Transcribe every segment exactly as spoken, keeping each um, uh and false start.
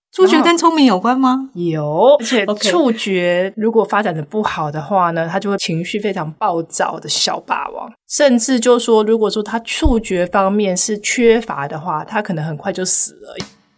触觉跟聪明有关吗？ 有，而且触觉如果发展的不好的话呢，他就会情绪非常暴躁的小霸王，甚至就说如果说他触觉方面是缺乏的话，他可能很快就死了。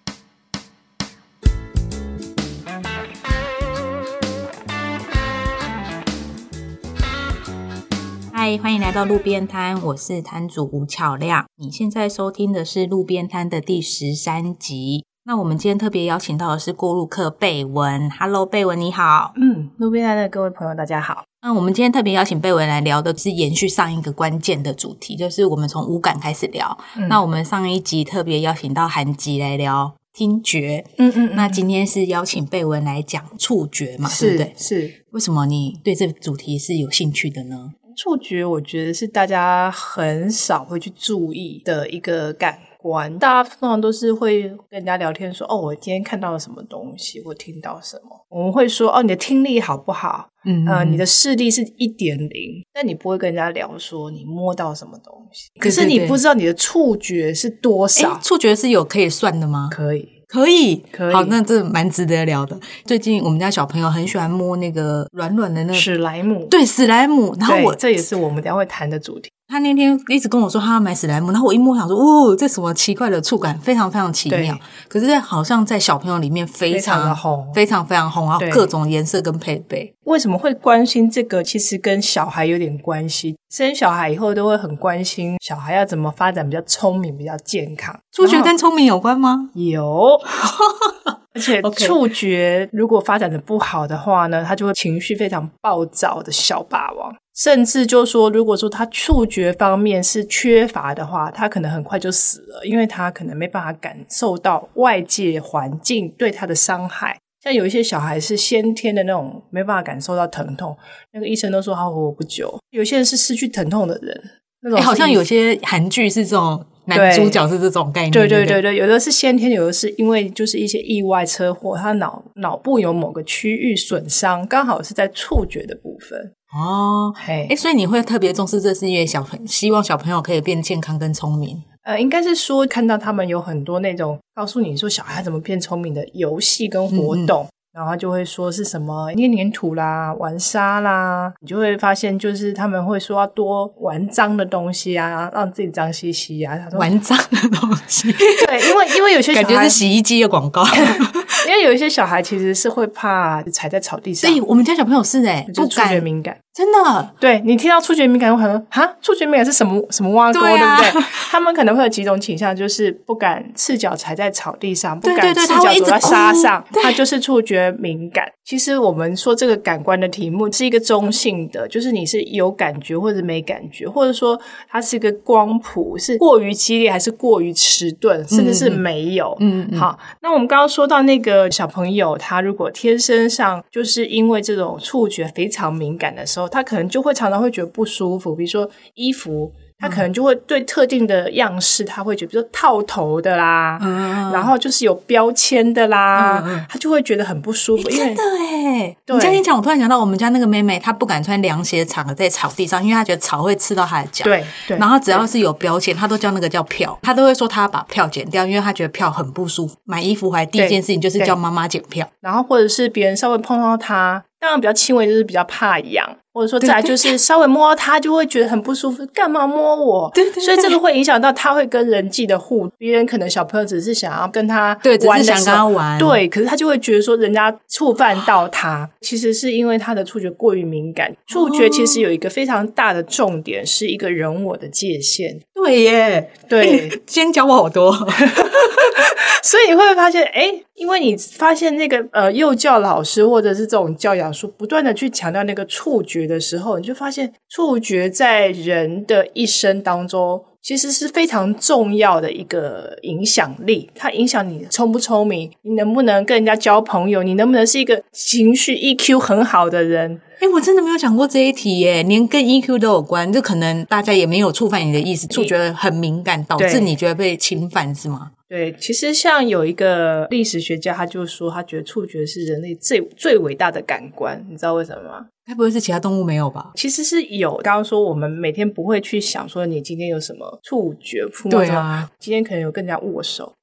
嗨，欢迎来到路边摊，我是摊主吴巧亮。你现在收听的是路边摊的第十三集。那我们今天特别邀请到的是过路客贝文。 Hello 贝文你好。 嗯，路边摊的各位朋友大家好。 那我们今天特别邀请贝文来聊的是延续上一个关键的主题，就是我们从五感开始聊、嗯、那我们上一集特别邀请到韩吉来聊听觉，嗯嗯嗯，那今天是邀请贝文来讲触觉嘛，对不对？ 是。 为什么你对这个主题是有兴趣的呢？ 触觉我觉得是大家很少会去注意的一个感官，大家通常都是会跟人家聊天说，哦，我今天看到了什么东西，我听到什么。我们会说，哦，你的听力好不好？嗯, 嗯、呃，你的视力是 一点零， 但你不会跟人家聊说你摸到什么东西。可是你不知道你的触觉是多少。 触觉是有可以算的吗？ 可以。 可以， 可以。 好，那这蛮值得聊的。最近我们家小朋友很喜欢摸那个软软的那个史莱姆， 对，史莱姆。然后我这也是我们等一下会谈的主题。 他那天一直跟我说他要买史莱姆，然后我一摸想说，哦，这什么奇怪的触感，非常非常奇妙。可是好像在小朋友里面非常非常的红， 非常非常红，然后各种颜色跟配备。 为什么会关心这个？其实跟小孩有点关系。生小孩以后都会很关心小孩要怎么发展比较聪明、比较健康。 触觉跟聪明有关吗？ 有。而且触觉如果发展的不好的话呢，他就会情绪非常暴躁的小霸王，甚至就说如果说他触觉方面是缺乏的话，他可能很快就死了，因为他可能没办法感受到外界环境对他的伤害。像有一些小孩是先天的那种没办法感受到疼痛，那个医生都说他活不久。有些人是失去疼痛的人，那种、欸、 好像有些韩剧是这种男主角是这种概念。 对对对对，有的是先天，有的是因为就是一些意外车祸，他脑脑部有某个区域损伤，刚好是在触觉的部分。 哦，哎、欸，所以你会特别重视这是因为小朋希望小朋友可以变健康跟聪明。 呃，应该是说看到他们有很多那种告诉你说小孩怎么变聪明的游戏跟活动。嗯嗯，然后就会说是什么捏黏土啦，玩沙啦，你就会发现就是他们会说要多玩脏的东西啊，让自己脏兮兮啊。 玩脏的东西。 对，因为因为有些小孩感觉是洗衣机的广告。 因为有一些小孩其实是会怕踩在草地上。 对，我们家小朋友是哎、欸， 就触觉敏感。 真的。 对，你听到触觉敏感会很哈，触觉敏感是什么什么挖沟， 对,、啊、对不对？他们可能会有几种倾向，就是不敢赤脚踩在草地上，不敢赤脚走在沙上，他就是触觉敏感。其实我们说这个感官的题目是一个中性的，就是你是有感觉或者没感觉，或者说它是一个光谱，是过于激烈还是过于迟钝，甚至是没有。嗯嗯。好，那我们刚刚说到那个小朋友，他如果天生上就是因为这种触觉非常敏感的时候，他可能就会常常会觉得不舒服，比如说衣服。他可能就会对特定的样式他会觉得比如说套头的啦、嗯、然后就是有标签的啦、嗯、他就会觉得很不舒服、欸、 真的耶。你这样一讲我突然想到我们家那个妹妹，她不敢穿凉鞋场的在草地上，因为她觉得草会刺到她的脚。 对对。 然后只要是有标签她都叫那个叫票，她都会说她要把票剪掉，因为她觉得票很不舒服。买衣服还第一件事情就是叫妈妈剪票， 然后或者是别人稍微碰到她，当然比较轻微就是比较怕痒，或者说再来就是稍微摸到他就会觉得很不舒服，干嘛摸我？对对对，所以这个会影响到他会跟人际的互动。别人可能小朋友只是想要跟他玩的时候，对，只是想跟他玩，对，可是他就会觉得说人家触犯到他，其实是因为他的触觉过于敏感。触觉其实有一个非常大的重点，是一个人我的界限。 对耶， 对， 今天教我好多。 所以你会发现，哎，因为你发现那个呃幼教老师或者是这种教养书不断的去强调那个触觉的时候，你就发现触觉在人的一生当中其实是非常重要的一个影响力，它影响你聪不聪明，你能不能跟人家交朋友，你能不能是一个情绪 E Q 很好的人。 诶，我真的没有想过这一题耶，连跟 E Q 都有关，就可能大家也没有触犯你的意思，触觉很敏感导致你觉得被侵犯是吗？ 对，其实像有一个历史学家他就说他觉得触觉是人类最最伟大的感官，你知道为什么吗？ 该不会是其他动物没有吧？ 其实是有，刚刚说我们每天不会去想说你今天有什么触觉触摸，对啊，今天可能有跟人家握手，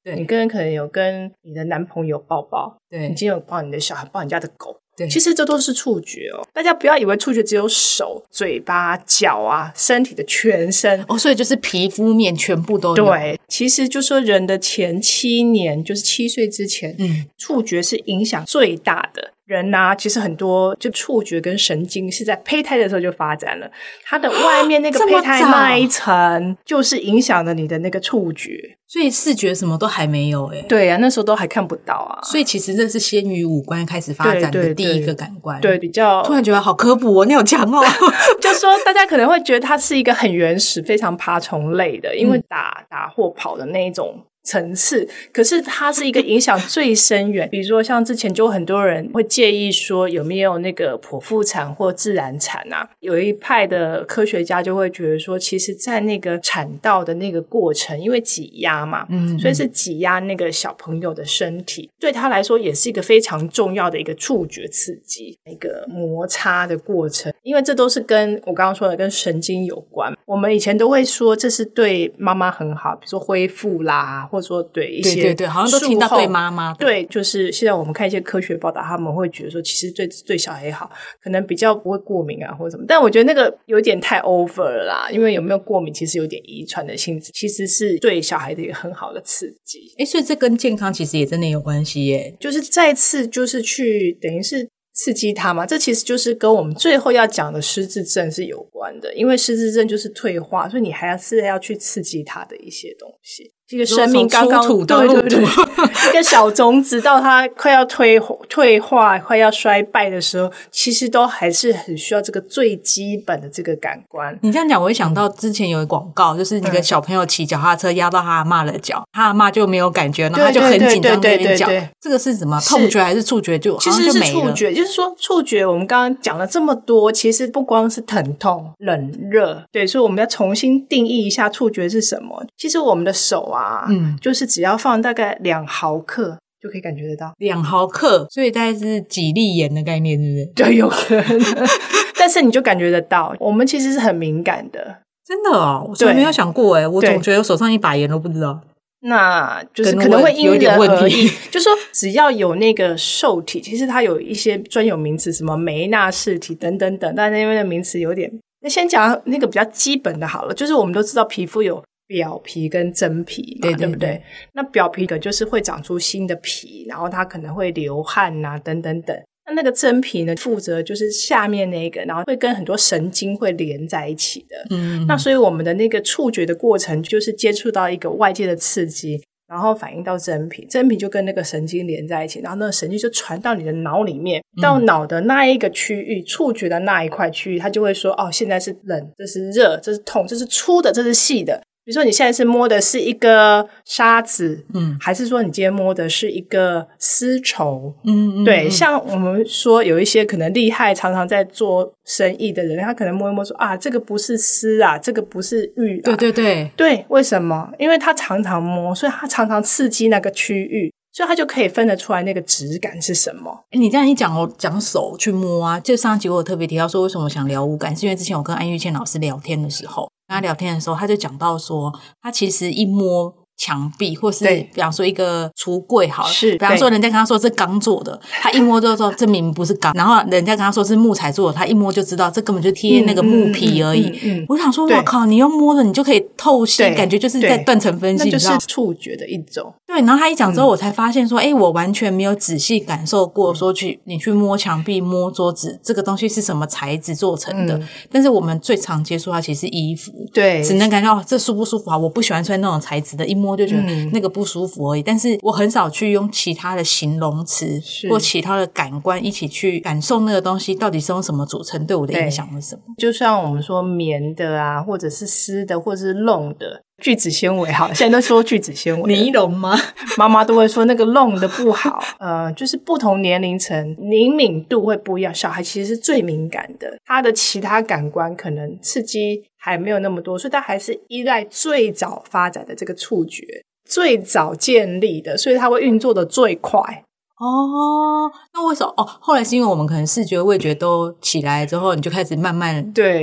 你跟可能有跟你的男朋友抱抱， 对， 你今天有抱你的小孩，抱你家的狗，对，其实这都是触觉哦。大家不要以为触觉只有手、嘴巴、脚啊，身体的全身哦，所以就是皮肤面全部都有。 对，其实就说人的前七年，就是七岁之前，嗯，触觉是影响最大的。人啊，其实很多就触觉跟神经是在胚胎的时候就发展了，它的外面那个胚胎那一层就是影响了你的那个触觉， 所以视觉什么都还没有耶。 对啊，那时候都还看不到啊。 所以其实这是先于五官开始发展的第一个感官。 对，对对比较突然觉得好科普哦，你好强哦。 就说大家可能会觉得它是一个很原始、非常爬虫类的，因为打打或跑的那一种层次，可是它是一个影响最深远。比如说像之前就很多人会介意说有没有那个剖腹产或自然产啊，有一派的科学家就会觉得说，其实在那个产道的那个过程，因为挤压嘛，嗯，所以是挤压那个小朋友的身体，对他来说也是一个非常重要的一个触觉刺激，一个摩擦的过程，因为这都是跟我刚刚说的跟神经有关。我们以前都会说这是对妈妈很好，比如说恢复啦，或者说对一些， 对对对，好像都听到对妈妈， 对，就是现在我们看一些科学报道，他们会觉得说其实对对小孩好，可能比较不会过敏啊或者什么，但我觉得那个有点太 over 了啦，因为有没有过敏其实有点遗传的性质，其实是对小孩的一个很好的刺激。 诶，所以这跟健康其实也真的有关系耶， 就是再次就是去等于是刺激它嘛，这其实就是跟我们最后要讲的失智症是有关的，因为失智症就是退化，所以你还是要去刺激它的一些东西。这个生命刚刚土到对对对，一个小种子到它快要退退化、快要衰败的时候，其实都还是很需要这个最基本的这个感官。 你这样讲，我会想到之前有一个广告，就是那个小朋友骑脚踏车压到他阿嬷的脚，他阿嬷就没有感觉，然后他就很紧张跟你讲，这个是什么痛觉还是触觉？就好像就没了。 其实是触觉，就是说触觉，我们刚刚讲了这么多，其实不光是疼痛、冷热，对，所以我们要重新定义一下触觉是什么。其实我们的手啊。嗯，就是只要放大概两毫克就可以感觉得到， 两毫克，所以大概是几粒盐的概念，是不是？ 对，有可能。但是你就感觉得到，我们其实是很敏感的， 真的哦，我从来没有想过诶，我总觉得我手上一把盐都不知道。 那就是可能会因人而异，就说只要有那个受体，其实它有一些专有名词，什么梅纳氏体等等等，但是因为那名词有点，那先讲那个比较基本的好了，就是我们都知道皮肤有表皮跟真皮嘛， 对, 对, 对, 对不对？那表皮的就是会长出新的皮，然后它可能会流汗啊等等等。那那个真皮呢，负责就是下面那个，然后会跟很多神经会连在一起的。嗯，那所以我们的那个触觉的过程，就是接触到一个外界的刺激，然后反映到真皮，真皮就跟那个神经连在一起，然后那个神经就传到你的脑里面，到脑的那一个区域，触觉的那一块区域，它就会说，哦，现在是冷，这是热，这是痛，这是粗的，这是细的。比如说你现在是摸的是一个沙子，嗯，还是说你今天摸的是一个丝绸，嗯, 嗯对嗯像我们说有一些可能厉害常常在做生意的人，他可能摸一摸说啊，这个不是丝啊，这个不是玉啊， 对对对对，为什么？因为他常常摸，所以他常常刺激那个区域，所以他就可以分得出来那个质感是什么。 诶你这样一讲，我讲手去摸啊，就上一集我有特别提到说为什么我想聊无感，是因为之前我跟安玉倩老师聊天的时候，跟他聊天的时候，他就讲到说，他其实一摸墙壁，或是比方说一个橱柜好了， 是， 比方说人家跟他说是钢做的，他一摸就说这明明不是钢，然后人家跟他说是木材做的，他一摸就知道这根本就贴那个木皮而已。嗯嗯嗯嗯、我想说，哇靠，你用摸了，你就可以透析，感觉就是在断层分析， 那就是触觉的一种。 对，然后他一讲之后，我才发现说，哎、嗯，我完全没有仔细感受过，说去你去摸墙壁、摸桌子，这个东西是什么材质做成的。嗯、但是我们最常接触它其实是衣服， 对， 只能感觉到这舒不舒服啊？我不喜欢穿那种材质的，一摸就觉得那个不舒服而已。嗯、但是我很少去用其他的形容词或其他的感官一起去感受那个东西到底是用什么组成，对我的影响是什么？ 就像我们说棉的啊，或者是丝的，或者是弄的。聚酯纤维好，现在都说聚酯纤维， 尼龙吗？ 妈妈都会说那个弄的不好。呃，就是不同年龄层灵敏度会不一样。小孩其实是最敏感的，他的其他感官可能刺激还没有那么多，所以他还是依赖最早发展的这个触觉，最早建立的，所以他会运作的最快。 哦，那为什么？哦，后来是因为我们可能视觉味觉都起来之后，你就开始慢慢对。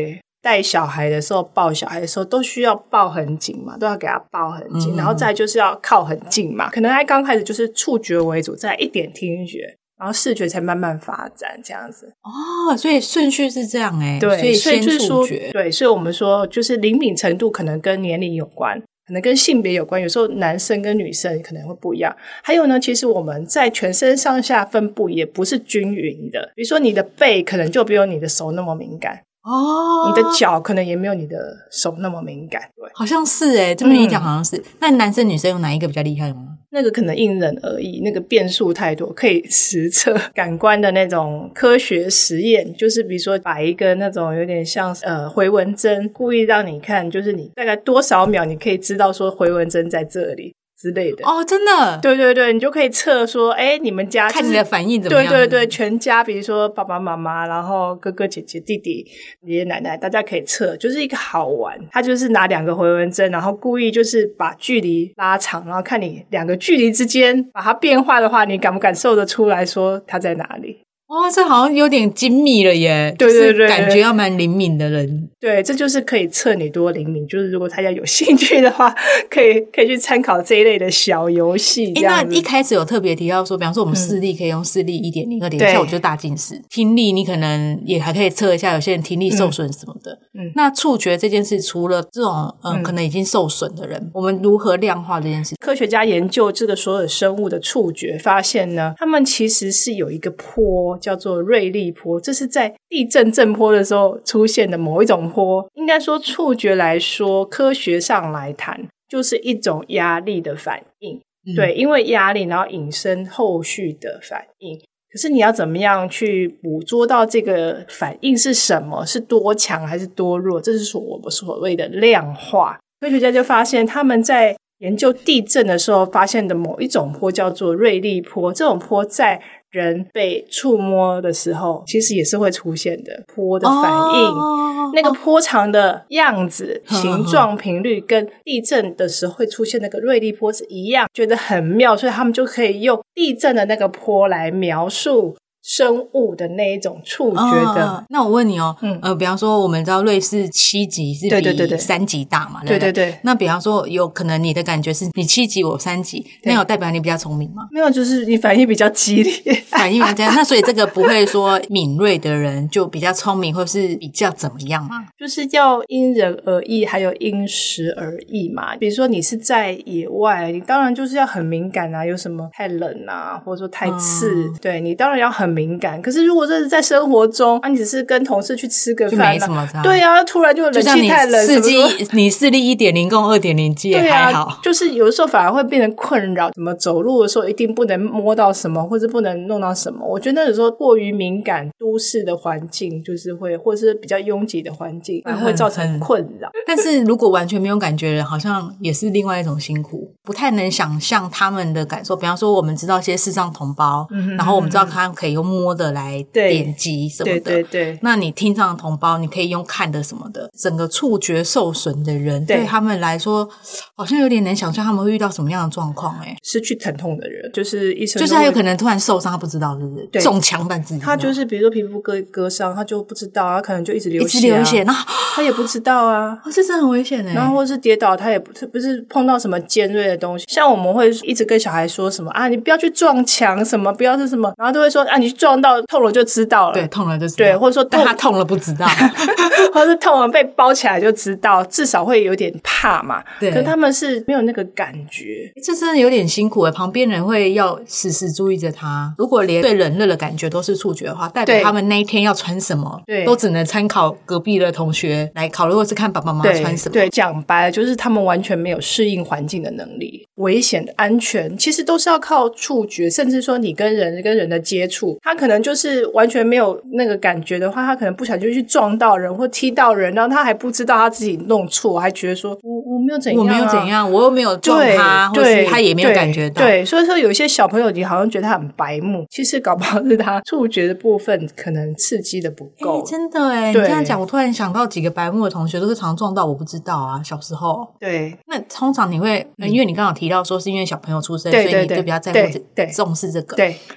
带小孩的时候抱小孩的时候都需要抱很紧嘛，都要给他抱很紧、嗯、然后再就是要靠很近嘛，可能他刚开始就是触觉为主，再一点听觉，然后视觉才慢慢发展这样子。 哦，所以顺序是这样欸。 对， 所以先触觉。 对，所以我们说就是灵敏程度可能跟年龄有关，可能跟性别有关，有时候男生跟女生可能会不一样。还有呢，其实我们在全身上下分布也不是均匀的，比如说你的背可能就没有你的手那么敏感哦，你的脚可能也没有你的手那么敏感。对， 好像是耶，这么一讲好像是、嗯、那男生女生有哪一个比较厉害吗？ 那个可能因人而异，那个变数太多，可以实测感官的那种科学实验，就是比如说把一个那种有点像呃回纹针故意让你看，就是你大概多少秒你可以知道说回纹针在这里之类的。 哦，真的？ 对对对，你就可以测说诶你们家、就是、 看你的反应怎么样。 对对对，全家比如说爸爸妈妈，然后哥哥姐姐弟弟爷爷奶奶，大家可以测，就是一个好玩。他就是拿两个回纹针，然后故意就是把距离拉长，然后看你两个距离之间把它变化的话，你感不感受得出来说它在哪里。 哇，这好像有点精密了耶。 对对对， 就是感觉要蛮灵敏的人。 对，这就是可以测你多灵敏，就是如果大家有兴趣的话可以可以去参考这一类的小游戏这样子。 那一开始有特别提到说，比方说我们视力可以用视力 一点零、二点零，像我就是大近视。听力你可能也还可以测一下，有些人听力受损什么的。嗯，那触觉这件事，除了这种嗯、呃、可能已经受损的人，我们如何量化这件事？ 科学家研究这个所有生物的触觉，发现呢，他们其实是有一个波叫做瑞利波，这是在地震震波的时候出现的某一种波。应该说触觉来说，科学上来谈就是一种压力的反应、嗯、对，因为压力然后引申后续的反应。可是你要怎么样去捕捉到这个反应是什么，是多强还是多弱，这是我们所谓的量化。科学家就发现他们在研究地震的时候发现的某一种波叫做瑞利波，这种波在人被触摸的时候其实也是会出现的波的反应、哦、那个波长的样子、哦、形状、频率跟地震的时候会出现那个瑞利波是一样，觉得很妙，所以他们就可以用地震的那个波来描述生物的那一种触觉的、 哦、那我问你哦、嗯、呃，比方说我们知道瑞士七级是比三级大嘛， 对对 对, 对, 对， 那比方说有可能你的感觉是你七级我三级，那有代表你比较聪明吗？ 没有，就是你反应比较激烈反应比较激烈那所以这个不会说敏锐的人就比较聪明或是比较怎么样吗？ 就是要因人而异，还有因时而异嘛。比如说你是在野外，你当然就是要很敏感啊，有什么太冷啊或者说太刺、嗯、对，你当然要很敏感。可是如果这是在生活中啊，你只是跟同事去吃个饭、啊、 就没什么差。对啊，突然就冷气太冷， 就像你视力你视力 一点零 跟 二点零 G 也还好、啊、 就是有的时候反而会变成困扰，怎么走路的时候一定不能摸到什么或者不能弄到什么。我觉得有时候过于敏感都市的环境就是会，或者是比较拥挤的环境会造成困扰。 但是如果完全没有感觉的人好像也是另外一种辛苦，不太能想象他们的感受。比方说我们知道一些视障同胞、嗯、然后我们知道他可以用摸的来点击什么的， 对对对。 那你听障的同胞你可以用看的什么的，整个触觉受损的人 对, 对他们来说好像有点难想象他们会遇到什么样的状况。欸， 失去疼痛的人就是医生就是他有可能突然受伤他不知道，是不是？对，中枪但自己他就是比如说皮肤割割伤他就不知道，他可能就一直流血、啊、 一直流血，然后他也不知道啊， 哦，这真的很危险欸。 然后或是跌倒他也不是不是碰到什么尖锐的东西，像我们会一直跟小孩说什么啊，你不要去撞墙什么，不要是什么，然后都会说啊，你去撞到痛了就知道了， 对，痛了就知道， 对，或者说但他痛了不知道或者是痛了被包起来就知道，至少会有点怕嘛。 对， 可是他们是没有那个感觉， 这真的有点辛苦耶，旁边人会要时时注意着他。如果连对冷热的感觉都是触觉的话，代表他们那一天要穿什么都只能参考隔壁的同学来考虑，或是看爸爸妈妈穿什么。 对，讲白了就是他们完全没有适应环境的能力。危险的安全其实都是要靠触觉，甚至说你跟人跟人的接触，他可能就是完全没有那个感觉的话，他可能不小心就去撞到人或踢到人，然后他还不知道他自己弄错，还觉得说我我没有怎样、啊、 我没有怎样，我又没有撞他，或是他也没有感觉到。 对, 对，所以说有些小朋友你好像觉得他很白目，其实搞不好是他触觉的部分可能刺激的不够。 欸、真的耶，你这样讲我突然想到几个白目的同学都是常撞到，我不知道啊，小时候。对，那通常你会、嗯、因为你刚刚有提到说是因为小朋友出生，所以你就比较在乎重视这个。 对，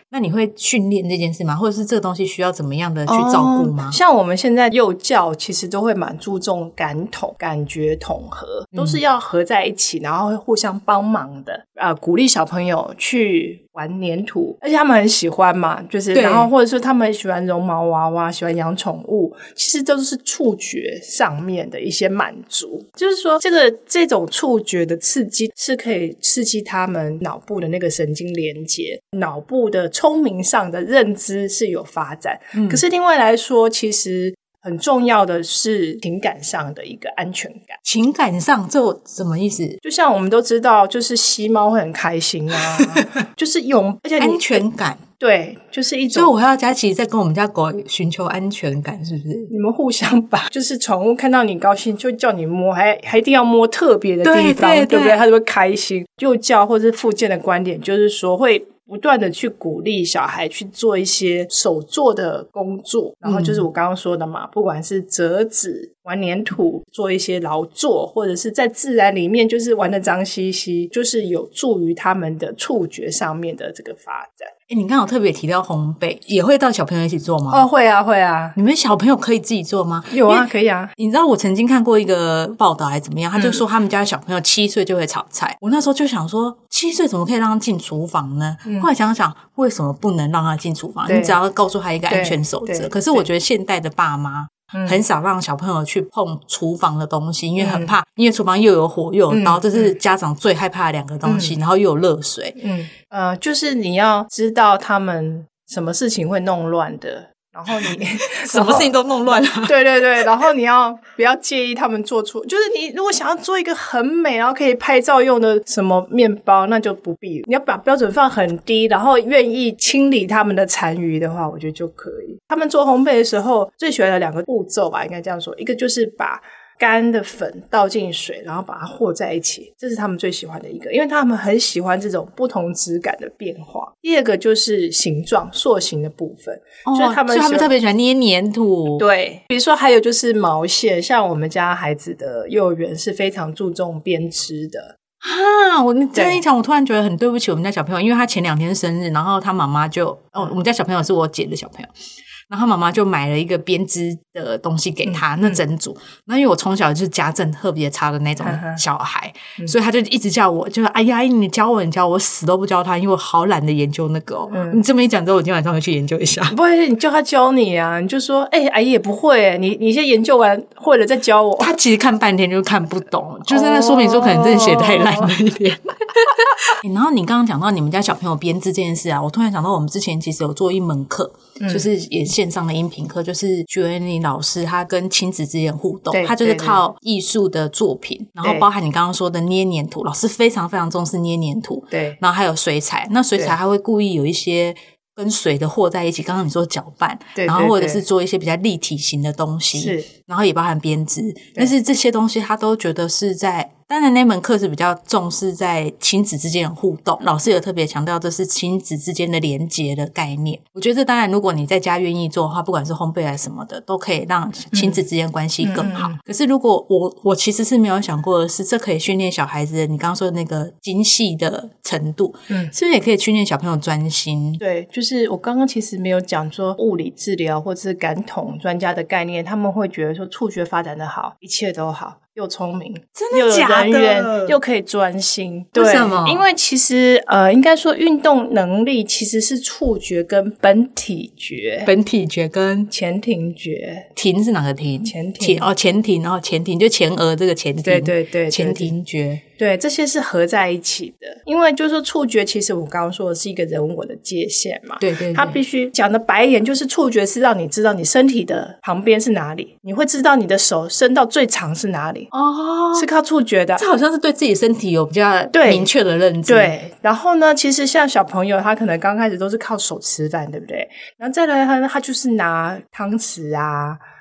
那你会训练这件事吗？或者是这个东西需要怎么样的去照顾吗？ 哦，像我们现在幼教其实都会蛮注重感统、感觉统合，都是要合在一起，然后会互相帮忙的。呃，鼓励小朋友去玩黏土，而且他们很喜欢嘛，就是然后或者说他们喜欢绒毛娃娃，喜欢养宠物，其实都是触觉上面的一些满足。就是说，这个这种触觉的刺激是可以刺激他们脑部的那个神经连接，脑部的聪明上的认知是有发展。嗯，可是另外来说，其实很重要的是情感上的一个安全感。 情感上这什么意思？ 就像我们都知道，就是吸猫会很开心啊，就是有而且安全感。 对，就是一种。 所以我还要佳琪在跟我们家狗寻求安全感，是不是？ 你们互相吧，就是宠物看到你高兴就叫你摸，还还一定要摸特别的地方， 对, 对, 对, 对不对？它就会开心。幼教或是复健的观点就是说会不断的去鼓励小孩去做一些手做的工作，然后就是我刚刚说的嘛，不管是折纸、玩黏土、做一些劳作，或者是在自然里面就是玩得脏兮兮，就是有助于他们的触觉上面的这个发展。 诶，你刚好特别提到烘焙，也会到小朋友一起做吗？ 哦，会啊会啊。 你们小朋友可以自己做吗？ 有啊，可以啊。 你知道我曾经看过一个报道还怎么样，他就说他们家小朋友七岁就会炒菜、嗯、我那时候就想说七岁怎么可以让他进厨房呢、嗯、后来想想为什么不能让他进厨房，你只要告诉他一个安全守则。可是我觉得现代的爸妈很少让小朋友去碰厨房的东西，因为很怕、嗯、因为厨房又有火又有刀、嗯、这是家长最害怕的两个东西、嗯、然后又有热水。 嗯呃，就是你要知道他们什么事情会弄乱的，然后你什么事情都弄乱了对对对，然后你要不要介意他们做出，就是你如果想要做一个很美然后可以拍照用的什么面包，那就不必。你要把标准放很低，然后愿意清理他们的残余的话，我觉得就可以。他们做烘焙的时候最喜欢的两个步骤吧，应该这样说，一个就是把干的粉倒进水，然后把它和在一起，这是他们最喜欢的一个，因为他们很喜欢这种不同质感的变化。第二个就是形状塑形的部分、哦、就是他们所以他们特别喜欢捏黏土。 对，比如说还有就是毛线，像我们家孩子的幼儿园是非常注重编织的啊，我这样一讲我突然觉得很对不起我们家小朋友，因为他前两天生日，然后他妈妈就哦，我们家小朋友是我姐的小朋友，然后妈妈就买了一个编织的东西给他、嗯、那整组、嗯、那因为我从小就是家政特别差的那种小孩、嗯、所以他就一直叫我就哎呀你教我你教我，我死都不教他，因为我好懒得研究那个哦、嗯、你这么一讲之后我今天晚上会去研究一下。 不会，你叫他教你啊，你就说哎、欸，阿姨也不会，你你先研究完会了再教我。 他其实看半天就看不懂，就是那说明书可能真的写太烂了一点、哦欸、然后你刚刚讲到你们家小朋友编织这件事啊，我突然想到我们之前其实有做一门课、嗯、就是也线上的音频课，就是徐文玲老师他跟亲子之间互动，他就是靠艺术的作品，然后包含你刚刚说的捏黏土，老师非常非常重视捏黏土，对，然后还有水彩，那水彩他会故意有一些跟水的和在一起，刚刚你说搅拌，对对对，然后或者是做一些比较立体型的东西，是，然后也包含编织，但是这些东西他都觉得是在，当然那门课是比较重视在亲子之间的互动，老师有特别强调这是亲子之间的连结的概念。我觉得当然如果你在家愿意做的话，不管是烘焙还是什么的，都可以让亲子之间关系更好、嗯、可是如果我我其实是没有想过的是，这可以训练小孩子你刚刚说的那个精细的程度，嗯，是不是也可以训练小朋友专心？对，就是我刚刚其实没有讲说物理治疗或者是感统专家的概念，他们会觉得说触觉发展的好，一切都好，又聪明，真的假的？又有人缘，又可以专心。对，为什么？因为其实呃，应该说运动能力其实是触觉跟本体觉，本体觉跟前庭觉。庭是哪个庭？前庭哦，前庭，然后前庭就前额这个前庭，对对 对, 对，前庭觉。对，这些是合在一起的。因为就是说触觉其实我刚刚说的是一个人我的界限嘛，对 对, 对，它必须讲的白一点，就是触觉是让你知道你身体的旁边是哪里，你会知道你的手伸到最长是哪里哦，是靠触觉的。这好像是对自己身体有比较明确的认知。 对, 对，然后呢其实像小朋友他可能刚开始都是靠手吃饭，对不对？然后再来他他就是拿汤匙啊，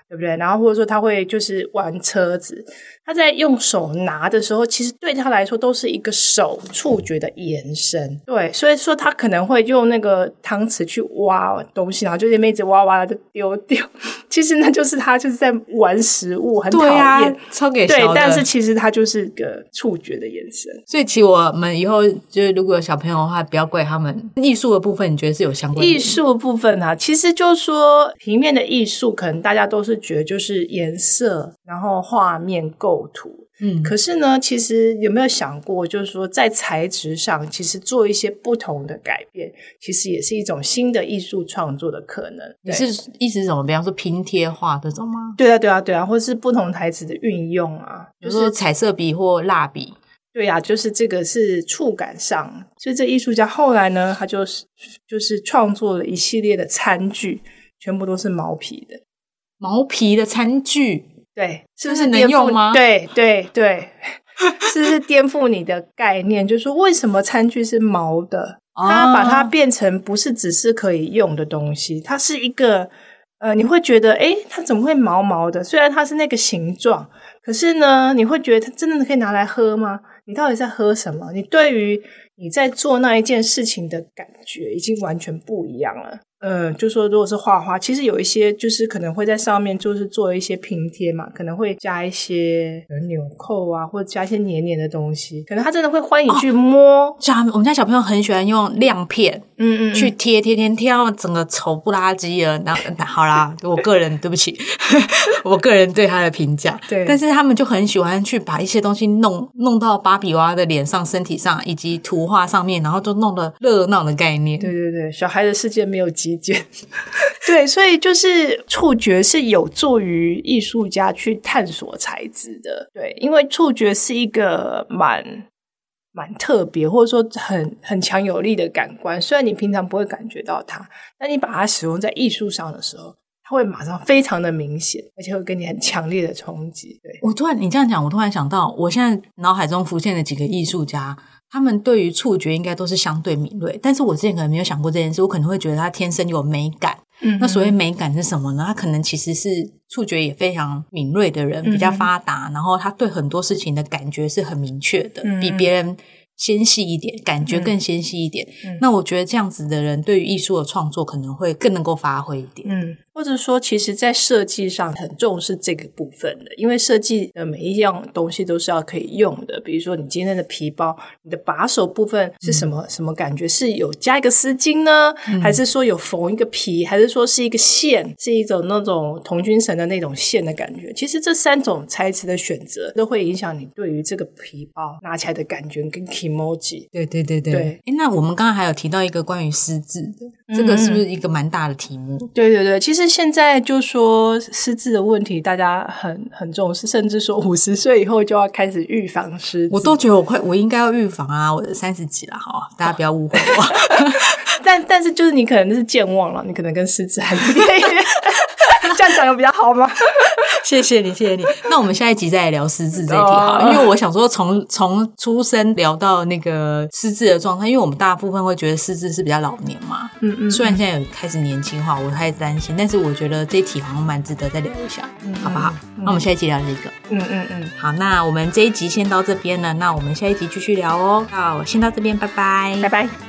对不对？然后或者说他会就是玩车子，他在用手拿的时候，其实对他来说都是一个手触觉的延伸。对，所以说他可能会用那个汤匙去挖东西，然后就那边一直挖挖就丢丢，其实那就是他就是在玩食物，很讨厌，对啊， 超给小的。 对，但是其实他就是个触觉的延伸。 所以其实我们以后就是如果有小朋友的话，不要怪他们。艺术的部分你觉得是有相关的？ 艺术的部分啊，其实就是说平面的艺术可能大家都是觉得就是颜色，然后画面构图，嗯，可是呢其实有没有想过就是说在材质上其实做一些不同的改变，其实也是一种新的艺术创作的可能。 你是意思是什么？比方说拼贴画这种吗？ 对啊对啊对啊，或是不同材质的运用啊， 就是说彩色笔或蜡笔。 对啊，就是这个是触感上，所以这艺术家后来呢他就是就是创作了一系列的餐具，全部都是毛皮的。 毛皮的餐具， 对，是不是能用吗？ 对对对，是不是颠覆你的概念？就是说为什么餐具是毛的？它把它变成不是只是可以用的东西，它是一个呃，你会觉得诶它怎么会毛毛的？虽然它是那个形状，可是呢你会觉得它真的可以拿来喝吗？你到底在喝什么？你对于你在做那一件事情的感觉已经完全不一样了。嗯，就说如果是画画，其实有一些就是可能会在上面就是做一些拼贴嘛，可能会加一些纽扣啊，或者加一些黏黏的东西，可能他真的会欢迎去摸。 像、哦、我们家小朋友很喜欢用亮片，嗯嗯，去贴贴贴贴到整个丑不拉几了。然后好啦，我个人对不起，我个人对他的评价，对，但是他们就很喜欢去把一些东西弄弄到芭比娃娃的脸上、身体上以及图画上面，然后就弄得热闹的概念。 对对对，小孩的世界没有极简。对，所以就是触觉是有助于艺术家去探索材质的。对，因为触觉是一个蛮蛮特别或者说很很强有力的感官，虽然你平常不会感觉到它，但你把它使用在艺术上的时候，它会马上非常的明显，而且会给你很强烈的冲击。对， 我突然你这样讲，我突然想到我现在脑海中浮现的几个艺术家，他们对于触觉应该都是相对敏锐，但是我之前可能没有想过这件事，我可能会觉得他天生有美感。嗯，那所谓美感是什么呢？他可能其实是触觉也非常敏锐的人，比较发达，嗯，然后他对很多事情的感觉是很明确的，嗯，比别人纤细一点，感觉更纤细一点，嗯，那我觉得这样子的人对于艺术的创作可能会更能够发挥一点。 嗯，或者说其实在设计上很重视这个部分的，因为设计的每一样东西都是要可以用的，比如说你今天的皮包，你的把手部分是什么，嗯，什么感觉，是有加一个丝巾呢，嗯，还是说有缝一个皮，还是说是一个线，是一种那种童军绳的那种线的感觉，其实这三种材质的选择都会影响你对于这个皮包拿起来的感觉跟 emoji。 对对对对对。诶，那我们刚刚还有提到一个关于失字的，这个是不是一个蛮大的题目？ 嗯，对对对，其实现在就说失智的问题大家很很重视，甚至说五十岁以后就要开始预防失智。 我都觉得我快我应该要预防啊，我三十几了，好，大家不要误会我。 但但是就是你可能是健忘了，你可能跟失智还有点这样讲有比较好吗？ 谢谢你，谢谢你。那我们下一集再来聊失智这一题好了，因为我想说从从出生聊到那个失智的状态，因为我们大部分会觉得失智是比较老年嘛，嗯嗯，虽然现在有开始年轻化，我开始担心，但是我觉得这一题好像蛮值得再聊一下，嗯，好不好？嗯，那我们下一集聊这个，嗯嗯嗯，好，那我们这一集先到这边了，那我们下一集继续聊哦。好，先到这边，拜拜， 拜拜。